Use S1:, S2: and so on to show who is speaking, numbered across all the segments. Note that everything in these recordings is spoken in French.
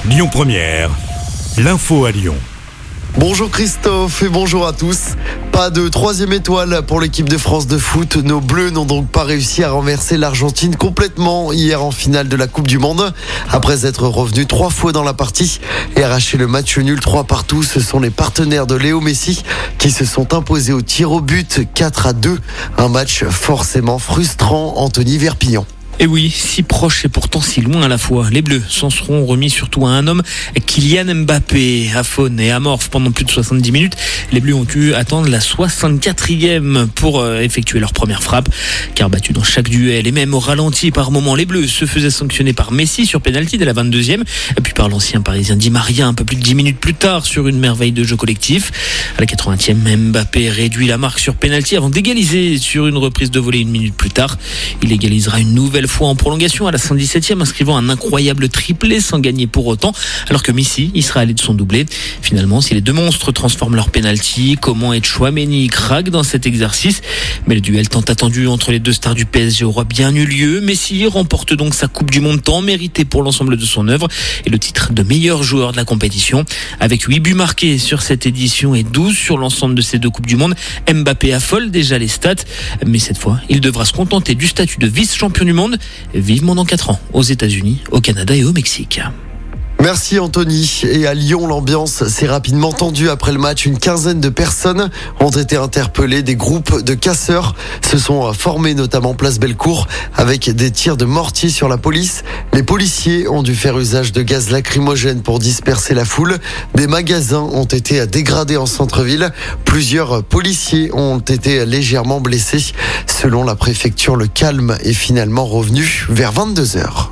S1: Lyon Première, l'info à Lyon.
S2: Bonjour Christophe et bonjour à tous. Pas de troisième étoile pour l'équipe de France de foot. Nos Bleus n'ont donc pas réussi à renverser l'Argentine complètement hier en finale de la Coupe du Monde. Après être revenus 3 fois dans la partie et arracher le match nul 3-3, ce sont les partenaires de Léo Messi qui se sont imposés au tir au but 4-2. Un match forcément frustrant, Anthony Verpillon.
S3: Et oui, si proche et pourtant si loin à la fois. Les Bleus s'en seront remis surtout à un homme, Kylian Mbappé, aphone et amorphe pendant plus de 70 minutes. Les Bleus ont dû attendre la 64e pour effectuer leur première frappe, car battus dans chaque duel et même au ralenti par moments, les Bleus se faisaient sanctionner par Messi sur pénalty dès la 22e, et puis par l'ancien parisien Di Maria un peu plus de 10 minutes plus tard sur une merveille de jeu collectif. À la 80e, Mbappé réduit la marque sur pénalty avant d'égaliser sur une reprise de volée une minute plus tard. Il égalisera une nouvelle fois en prolongation à la 117e, inscrivant un incroyable triplé sans gagner pour autant, alors que Messi y sera allé de son doublé. Finalement, si les deux monstres transforment leur penalty, Coman et Tchouaméni craquent dans cet exercice. Mais le duel tant attendu entre les deux stars du PSG aura bien eu lieu. Messi remporte donc sa Coupe du Monde tant méritée pour l'ensemble de son œuvre et le titre de meilleur joueur de la compétition. Avec 8 buts marqués sur cette édition et 12 sur l'ensemble de ces deux Coupes du Monde, Mbappé affole déjà les stats. Mais cette fois, il devra se contenter du statut de vice-champion du monde, vivement dans 4 ans, aux États-Unis, au Canada et au Mexique.
S2: Merci Anthony. Et à Lyon, l'ambiance s'est rapidement tendue après le match. Une quinzaine de personnes ont été interpellées. Des groupes de casseurs se sont formés, notamment place Bellecour, avec des tirs de mortier sur la police. Les policiers ont dû faire usage de gaz lacrymogène pour disperser la foule. Des magasins ont été dégradés en centre-ville. Plusieurs policiers ont été légèrement blessés. Selon la préfecture, le calme est finalement revenu vers 22h.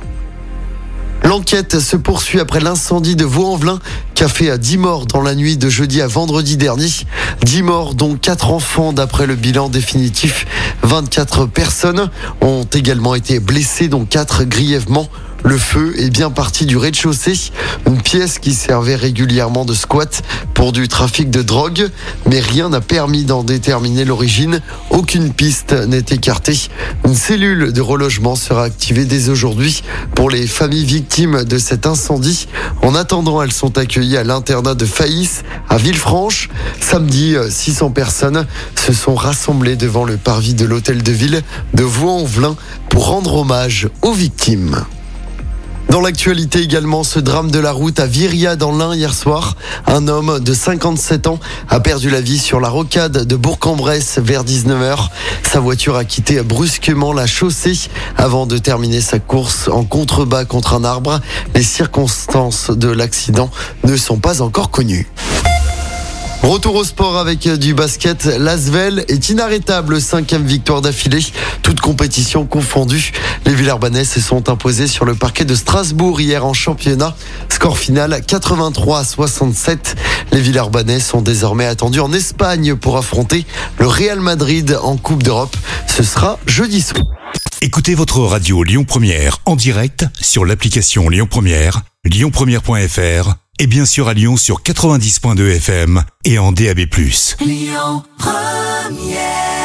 S2: L'enquête se poursuit après l'incendie de Vaux-en-Velin qui a fait 10 morts dans la nuit de jeudi à vendredi dernier. 10 morts, dont 4 enfants d'après le bilan définitif. 24 personnes ont également été blessées, dont 4 grièvement. Le feu est bien parti du rez-de-chaussée, une pièce qui servait régulièrement de squat pour du trafic de drogue, mais rien n'a permis d'en déterminer l'origine. Aucune piste n'est écartée. Une cellule de relogement sera activée dès aujourd'hui pour les familles victimes de cet incendie. En attendant, elles sont accueillies à l'internat de Faïs à Villefranche. Samedi, 600 personnes se sont rassemblées devant le parvis de l'hôtel de ville de Vaux-en-Velin pour rendre hommage aux victimes. Dans l'actualité également, ce drame de la route à Viria dans l'Ain hier soir. Un homme de 57 ans a perdu la vie sur la rocade de Bourg-en-Bresse vers 19h. Sa voiture a quitté brusquement la chaussée avant de terminer sa course en contrebas contre un arbre. Les circonstances de l'accident ne sont pas encore connues. Retour au sport avec du basket. L'Asvel est inarrêtable, 5e victoire d'affilée, toute compétition confondue. Les Villeurbanais se sont imposés sur le parquet de Strasbourg hier en championnat. Score final 83-67. Les Villeurbanais sont désormais attendus en Espagne pour affronter le Real Madrid en Coupe d'Europe. Ce sera jeudi soir.
S1: Écoutez votre radio Lyon Première en direct sur l'application Lyon Première, lyonpremière.fr et bien sûr à Lyon sur 90.2 FM et en DAB+.
S4: Lyon Première.